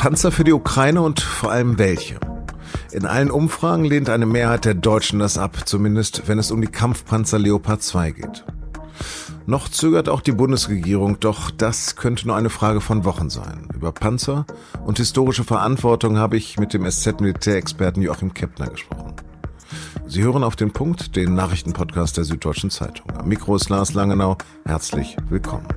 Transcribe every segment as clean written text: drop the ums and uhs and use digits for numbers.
Panzer für die Ukraine und vor allem welche? In allen Umfragen lehnt eine Mehrheit der Deutschen das ab, zumindest wenn es um die Kampfpanzer Leopard 2 geht. Noch zögert auch die Bundesregierung, doch das könnte nur eine Frage von Wochen sein. Über Panzer und historische Verantwortung habe ich mit dem SZ-Militärexperten Joachim Keppner gesprochen. Sie hören auf den Punkt, den Nachrichtenpodcast der Süddeutschen Zeitung. Am Mikro ist Lars Langenau. Herzlich willkommen.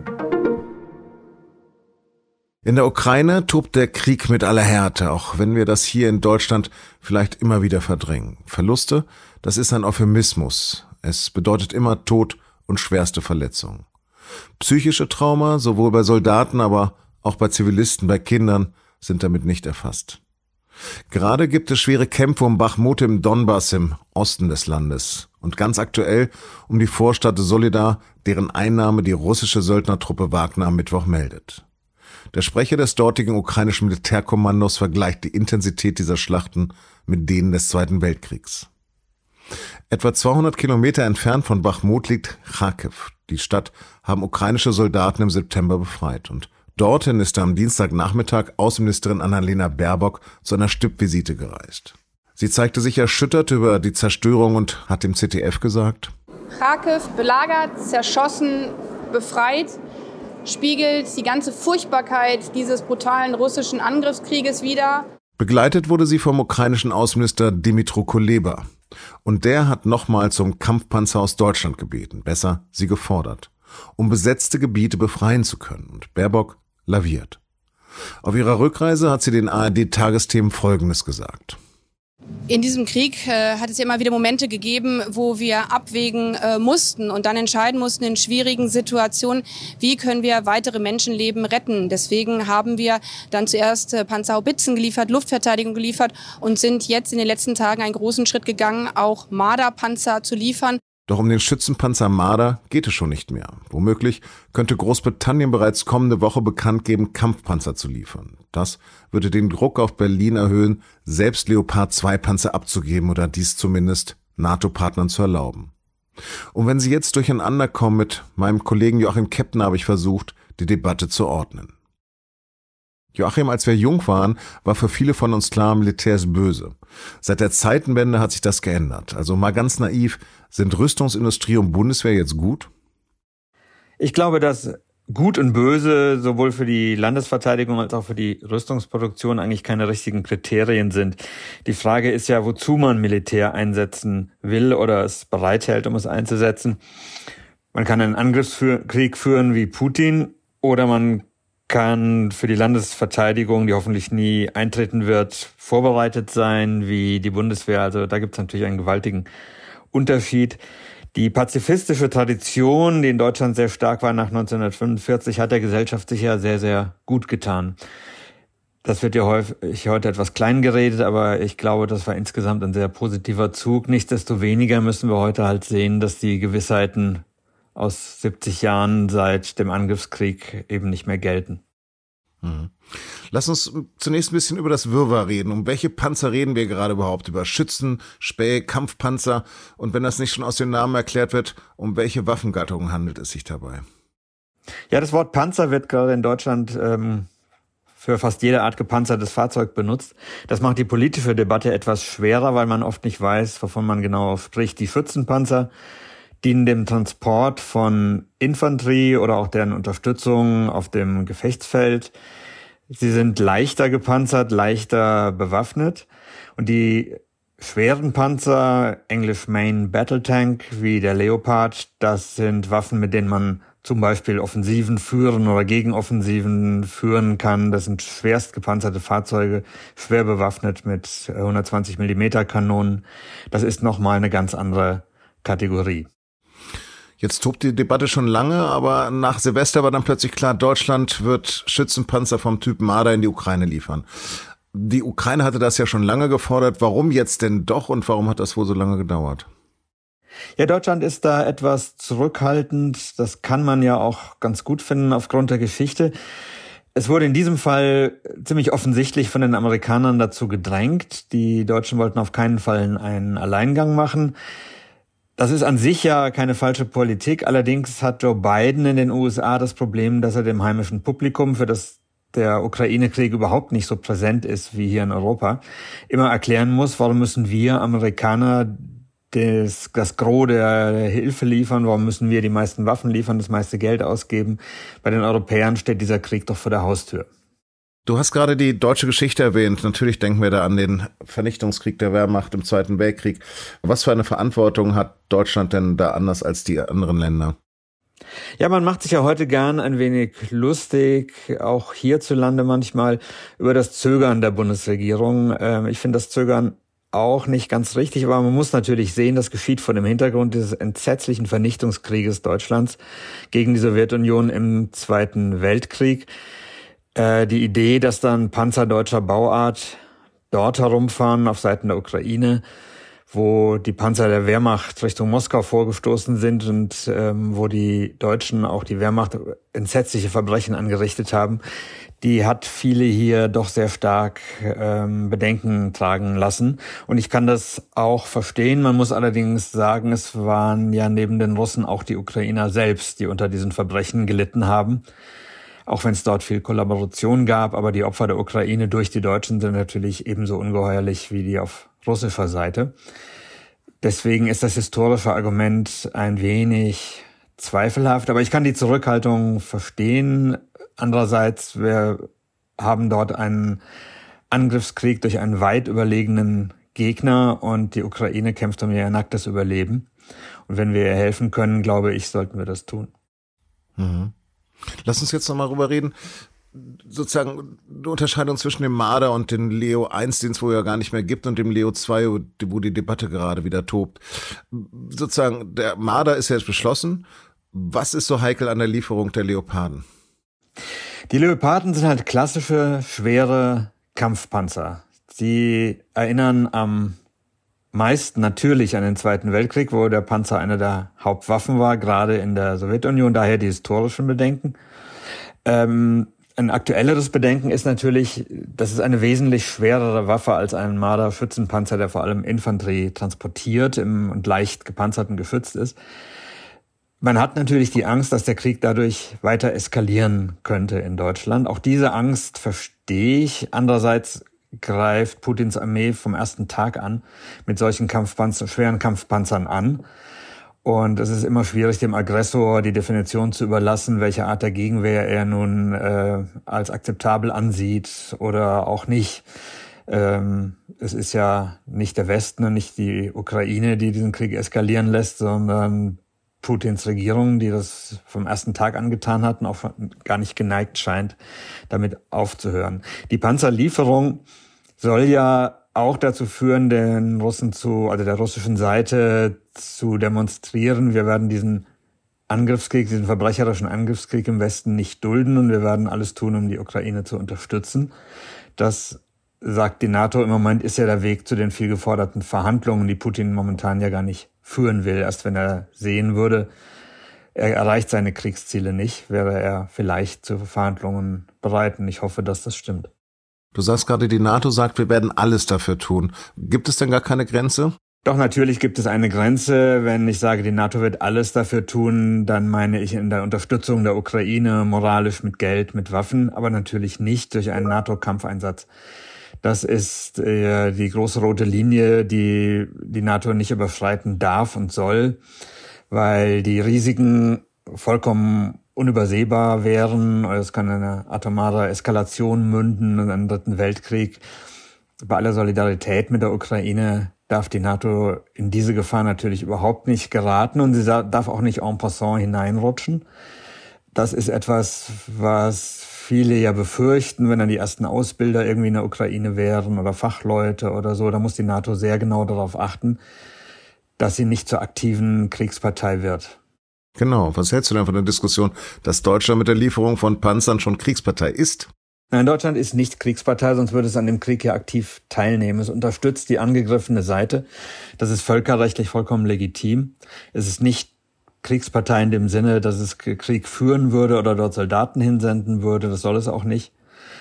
In der Ukraine tobt der Krieg mit aller Härte, auch wenn wir das hier in Deutschland vielleicht immer wieder verdrängen. Verluste, das ist ein Euphemismus. Es bedeutet immer Tod und schwerste Verletzungen. Psychische Trauma, sowohl bei Soldaten, aber auch bei Zivilisten, bei Kindern, sind damit nicht erfasst. Gerade gibt es schwere Kämpfe um Bachmut im Donbass im Osten des Landes und ganz aktuell um die Vorstadt Soledar, deren Einnahme die russische Söldnertruppe Wagner am Mittwoch meldet. Der Sprecher des dortigen ukrainischen Militärkommandos vergleicht die Intensität dieser Schlachten mit denen des Zweiten Weltkriegs. Etwa 200 Kilometer entfernt von Bachmut liegt Charkiw. Die Stadt haben ukrainische Soldaten im September befreit. Und dorthin ist am Dienstagnachmittag Außenministerin Annalena Baerbock zu einer Stippvisite gereist. Sie zeigte sich erschüttert über die Zerstörung und hat dem ZDF gesagt: Charkiw belagert, zerschossen, befreit, spiegelt die ganze Furchtbarkeit dieses brutalen russischen Angriffskrieges wider. Begleitet wurde sie vom ukrainischen Außenminister Dmytro Kuleba. Und der hat nochmal zum Kampfpanzer aus Deutschland gebeten, besser sie gefordert, um besetzte Gebiete befreien zu können. Und Baerbock laviert. Auf ihrer Rückreise hat sie den ARD-Tagesthemen Folgendes gesagt: In diesem Krieg hat es ja immer wieder Momente gegeben, wo wir abwägen mussten und dann entscheiden mussten in schwierigen Situationen, wie können wir weitere Menschenleben retten. Deswegen haben wir dann zuerst Panzerhaubitzen geliefert, Luftverteidigung geliefert und sind jetzt in den letzten Tagen einen großen Schritt gegangen, auch Marder-Panzer zu liefern. Doch um den Schützenpanzer Marder geht es schon nicht mehr. Womöglich könnte Großbritannien bereits kommende Woche bekannt geben, Kampfpanzer zu liefern. Das würde den Druck auf Berlin erhöhen, selbst Leopard 2 Panzer abzugeben oder dies zumindest NATO-Partnern zu erlauben. Und wenn Sie jetzt durcheinander kommen, mit meinem Kollegen Joachim Keppner habe ich versucht, die Debatte zu ordnen. Joachim, als wir jung waren, war für viele von uns klar, Militär ist böse. Seit der Zeitenwende hat sich das geändert. Also mal ganz naiv, sind Rüstungsindustrie und Bundeswehr jetzt gut? Ich glaube, dass gut und böse sowohl für die Landesverteidigung als auch für die Rüstungsproduktion eigentlich keine richtigen Kriterien sind. Die Frage ist ja, wozu man Militär einsetzen will oder es bereithält, um es einzusetzen. Man kann einen Angriffskrieg führen wie Putin oder man kann für die Landesverteidigung, die hoffentlich nie eintreten wird, vorbereitet sein wie die Bundeswehr. Also da gibt es natürlich einen gewaltigen Unterschied. Die pazifistische Tradition, die in Deutschland sehr stark war nach 1945, hat der Gesellschaft sicher sehr, sehr gut getan. Das wird ja häufig heute etwas klein geredet, aber ich glaube, das war insgesamt ein sehr positiver Zug. Nichtsdestoweniger müssen wir heute halt sehen, dass die Gewissheiten aus 70 Jahren seit dem Angriffskrieg eben nicht mehr gelten. Lass uns zunächst ein bisschen über das Wirrwarr reden. Um welche Panzer reden wir gerade überhaupt? Über Schützen, Späh, Kampfpanzer? Und wenn das nicht schon aus den Namen erklärt wird, um welche Waffengattungen handelt es sich dabei? Ja, das Wort Panzer wird gerade in Deutschland für fast jede Art gepanzertes Fahrzeug benutzt. Das macht die politische Debatte etwas schwerer, weil man oft nicht weiß, wovon man genau spricht. Die Schützenpanzer dienen dem Transport von Infanterie oder auch deren Unterstützung auf dem Gefechtsfeld. Sie sind leichter gepanzert, leichter bewaffnet. Und die schweren Panzer, englisch Main Battle Tank, wie der Leopard, das sind Waffen, mit denen man zum Beispiel Offensiven führen oder Gegenoffensiven führen kann. Das sind schwerst gepanzerte Fahrzeuge, schwer bewaffnet mit 120 mm Kanonen. Das ist nochmal eine ganz andere Kategorie. Jetzt tobt die Debatte schon lange, aber nach Silvester war dann plötzlich klar, Deutschland wird Schützenpanzer vom Typ Marder in die Ukraine liefern. Die Ukraine hatte das ja schon lange gefordert. Warum jetzt denn doch und warum hat das wohl so lange gedauert? Ja, Deutschland ist da etwas zurückhaltend. Das kann man ja auch ganz gut finden aufgrund der Geschichte. Es wurde in diesem Fall ziemlich offensichtlich von den Amerikanern dazu gedrängt. Die Deutschen wollten auf keinen Fall einen Alleingang machen. Das ist an sich ja keine falsche Politik. Allerdings hat Joe Biden in den USA das Problem, dass er dem heimischen Publikum, für das der Ukraine-Krieg überhaupt nicht so präsent ist wie hier in Europa, immer erklären muss, warum müssen wir Amerikaner das Gros der Hilfe liefern, warum müssen wir die meisten Waffen liefern, das meiste Geld ausgeben. Bei den Europäern steht dieser Krieg doch vor der Haustür. Du hast gerade die deutsche Geschichte erwähnt. Natürlich denken wir da an den Vernichtungskrieg der Wehrmacht im Zweiten Weltkrieg. Was für eine Verantwortung hat Deutschland denn da anders als die anderen Länder? Ja, man macht sich ja heute gern ein wenig lustig, auch hierzulande manchmal, über das Zögern der Bundesregierung. Ich finde das Zögern auch nicht ganz richtig, aber man muss natürlich sehen, das geschieht vor dem Hintergrund dieses entsetzlichen Vernichtungskrieges Deutschlands gegen die Sowjetunion im Zweiten Weltkrieg. Die Idee, dass dann Panzer deutscher Bauart dort herumfahren auf Seiten der Ukraine, wo die Panzer der Wehrmacht Richtung Moskau vorgestoßen sind und wo die Deutschen, auch die Wehrmacht, entsetzliche Verbrechen angerichtet haben, die hat viele hier doch sehr stark Bedenken tragen lassen. Und ich kann das auch verstehen. Man muss allerdings sagen, es waren ja neben den Russen auch die Ukrainer selbst, die unter diesen Verbrechen gelitten haben. Auch wenn es dort viel Kollaboration gab, aber die Opfer der Ukraine durch die Deutschen sind natürlich ebenso ungeheuerlich wie die auf russischer Seite. Deswegen ist das historische Argument ein wenig zweifelhaft, aber ich kann die Zurückhaltung verstehen. Andererseits, wir haben dort einen Angriffskrieg durch einen weit überlegenen Gegner und die Ukraine kämpft um ihr nacktes Überleben. Und wenn wir ihr helfen können, glaube ich, sollten wir das tun. Mhm. Lass uns jetzt nochmal drüber reden, sozusagen eine Unterscheidung zwischen dem Marder und dem Leo 1, den es wohl ja gar nicht mehr gibt, und dem Leo 2, wo die Debatte gerade wieder tobt. Sozusagen, der Marder ist jetzt beschlossen. Was ist so heikel an der Lieferung der Leoparden? Die Leoparden sind halt klassische, schwere Kampfpanzer. Sie erinnern am meisten natürlich an den Zweiten Weltkrieg, wo der Panzer eine der Hauptwaffen war, gerade in der Sowjetunion, daher die historischen Bedenken. Ein aktuelleres Bedenken ist natürlich, das ist eine wesentlich schwerere Waffe als ein Marder-Schützenpanzer, der vor allem Infanterie transportiert und leicht gepanzert und geschützt ist. Man hat natürlich die Angst, dass der Krieg dadurch weiter eskalieren könnte in Deutschland. Auch diese Angst verstehe ich. Andererseits greift Putins Armee vom ersten Tag an mit solchen schweren Kampfpanzern an. Und es ist immer schwierig, dem Aggressor die Definition zu überlassen, welche Art der Gegenwehr er nun als akzeptabel ansieht oder auch nicht. Es ist ja nicht der Westen und nicht die Ukraine, die diesen Krieg eskalieren lässt, sondern Putins Regierung, die das vom ersten Tag angetan hat und auch gar nicht geneigt scheint, damit aufzuhören. Die Panzerlieferung soll ja auch dazu führen, der russischen Seite zu demonstrieren, wir werden diesen verbrecherischen Angriffskrieg im Westen nicht dulden und wir werden alles tun, um die Ukraine zu unterstützen. Das, sagt die NATO im Moment, ist ja der Weg zu den viel geforderten Verhandlungen, die Putin momentan ja gar nicht führen will. Erst wenn er sehen würde, er erreicht seine Kriegsziele nicht, wäre er vielleicht zu Verhandlungen bereit. Und ich hoffe, dass das stimmt. Du sagst gerade, die NATO sagt, wir werden alles dafür tun. Gibt es denn gar keine Grenze? Doch, natürlich gibt es eine Grenze. Wenn ich sage, die NATO wird alles dafür tun, dann meine ich in der Unterstützung der Ukraine, moralisch mit Geld, mit Waffen, aber natürlich nicht durch einen NATO-Kampfeinsatz. Das ist die große rote Linie, die die NATO nicht überschreiten darf und soll, weil die Risiken vollkommen unübersehbar wären. Es kann eine atomare Eskalation münden in einen dritten Weltkrieg. Bei aller Solidarität mit der Ukraine darf die NATO in diese Gefahr natürlich überhaupt nicht geraten und sie darf auch nicht en passant hineinrutschen. Das ist etwas, was viele ja befürchten, wenn dann die ersten Ausbilder irgendwie in der Ukraine wären oder Fachleute oder so. Da muss die NATO sehr genau darauf achten, dass sie nicht zur aktiven Kriegspartei wird. Genau. Was hältst du denn von der Diskussion, dass Deutschland mit der Lieferung von Panzern schon Kriegspartei ist? Nein, Deutschland ist nicht Kriegspartei, sonst würde es an dem Krieg ja aktiv teilnehmen. Es unterstützt die angegriffene Seite. Das ist völkerrechtlich vollkommen legitim. Es ist nicht Kriegspartei in dem Sinne, dass es Krieg führen würde oder dort Soldaten hinsenden würde. Das soll es auch nicht.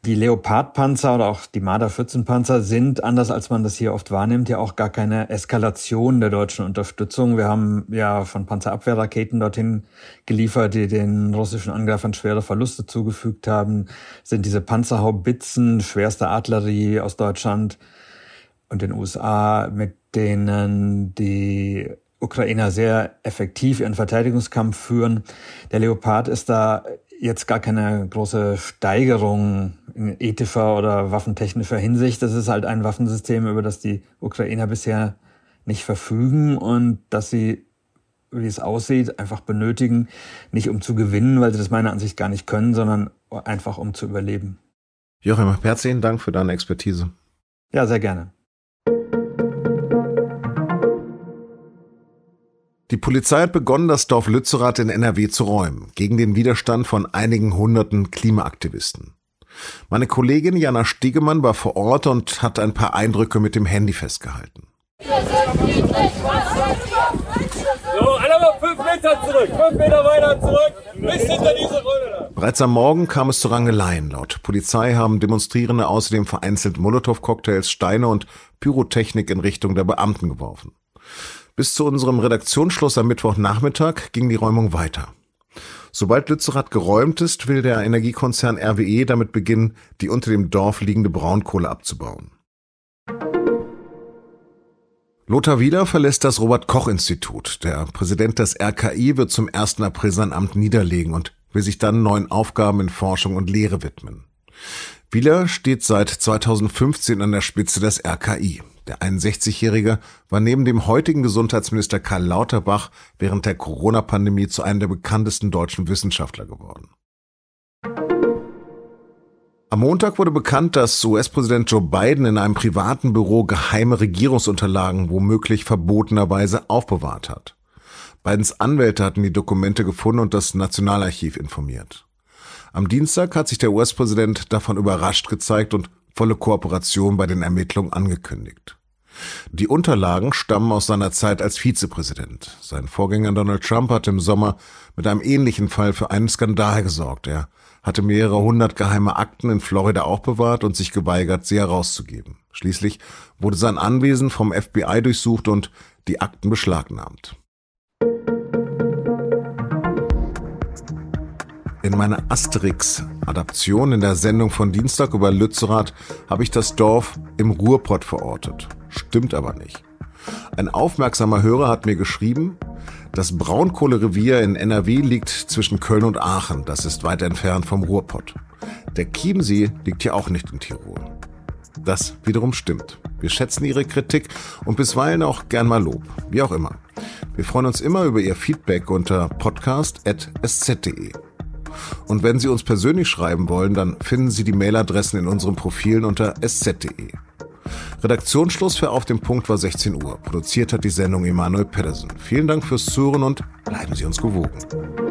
Die Leopard-Panzer oder auch die Marder-14-Panzer sind, anders als man das hier oft wahrnimmt, ja auch gar keine Eskalation der deutschen Unterstützung. Wir haben ja von Panzerabwehrraketen dorthin geliefert, die den russischen Angreifern schwere Verluste zugefügt haben. Sind diese Panzerhaubitzen, schwerste Artillerie aus Deutschland und den USA, mit denen die Ukrainer sehr effektiv ihren Verteidigungskampf führen. Der Leopard ist da jetzt gar keine große Steigerung in ethischer oder waffentechnischer Hinsicht. Das ist halt ein Waffensystem, über das die Ukrainer bisher nicht verfügen und das sie, wie es aussieht, einfach benötigen, nicht um zu gewinnen, weil sie das meiner Ansicht gar nicht können, sondern einfach um zu überleben. Joachim, herzlichen Dank für deine Expertise. Ja, sehr gerne. Die Polizei hat begonnen, das Dorf Lützerath in NRW zu räumen, gegen den Widerstand von einigen hunderten Klimaaktivisten. Meine Kollegin Jana Stegemann war vor Ort und hat ein paar Eindrücke mit dem Handy festgehalten. So, alle mal 5 Meter zurück, 5 Meter weiter zurück, bis hinter diese Rolle da. Bereits am Morgen kam es zu Rangeleien. Laut Polizei haben Demonstrierende außerdem vereinzelt Molotow-Cocktails, Steine und Pyrotechnik in Richtung der Beamten geworfen. Bis zu unserem Redaktionsschluss am Mittwochnachmittag ging die Räumung weiter. Sobald Lützerath geräumt ist, will der Energiekonzern RWE damit beginnen, die unter dem Dorf liegende Braunkohle abzubauen. Lothar Wieler verlässt das Robert-Koch-Institut. Der Präsident des RKI wird zum 1. April sein Amt niederlegen und will sich dann neuen Aufgaben in Forschung und Lehre widmen. Wieler steht seit 2015 an der Spitze des RKI. Der 61-Jährige war neben dem heutigen Gesundheitsminister Karl Lauterbach während der Corona-Pandemie zu einem der bekanntesten deutschen Wissenschaftler geworden. Am Montag wurde bekannt, dass US-Präsident Joe Biden in einem privaten Büro geheime Regierungsunterlagen womöglich verbotenerweise aufbewahrt hat. Bidens Anwälte hatten die Dokumente gefunden und das Nationalarchiv informiert. Am Dienstag hat sich der US-Präsident davon überrascht gezeigt und volle Kooperation bei den Ermittlungen angekündigt. Die Unterlagen stammen aus seiner Zeit als Vizepräsident. Sein Vorgänger Donald Trump hat im Sommer mit einem ähnlichen Fall für einen Skandal gesorgt. Er hatte mehrere hundert geheime Akten in Florida aufbewahrt und sich geweigert, sie herauszugeben. Schließlich wurde sein Anwesen vom FBI durchsucht und die Akten beschlagnahmt. In meiner Asterix-Adaption in der Sendung von Dienstag über Lützerath habe ich das Dorf im Ruhrpott verortet. Stimmt aber nicht. Ein aufmerksamer Hörer hat mir geschrieben, das Braunkohlerevier in NRW liegt zwischen Köln und Aachen. Das ist weit entfernt vom Ruhrpott. Der Chiemsee liegt ja auch nicht in Tirol. Das wiederum stimmt. Wir schätzen Ihre Kritik und bisweilen auch gern mal Lob. Wie auch immer. Wir freuen uns immer über Ihr Feedback unter podcast@sz.de. Und wenn Sie uns persönlich schreiben wollen, dann finden Sie die Mailadressen in unseren Profilen unter sz.de. Redaktionsschluss für Auf den Punkt war 16 Uhr. Produziert hat die Sendung Emanuel Pedersen. Vielen Dank fürs Zuhören und bleiben Sie uns gewogen.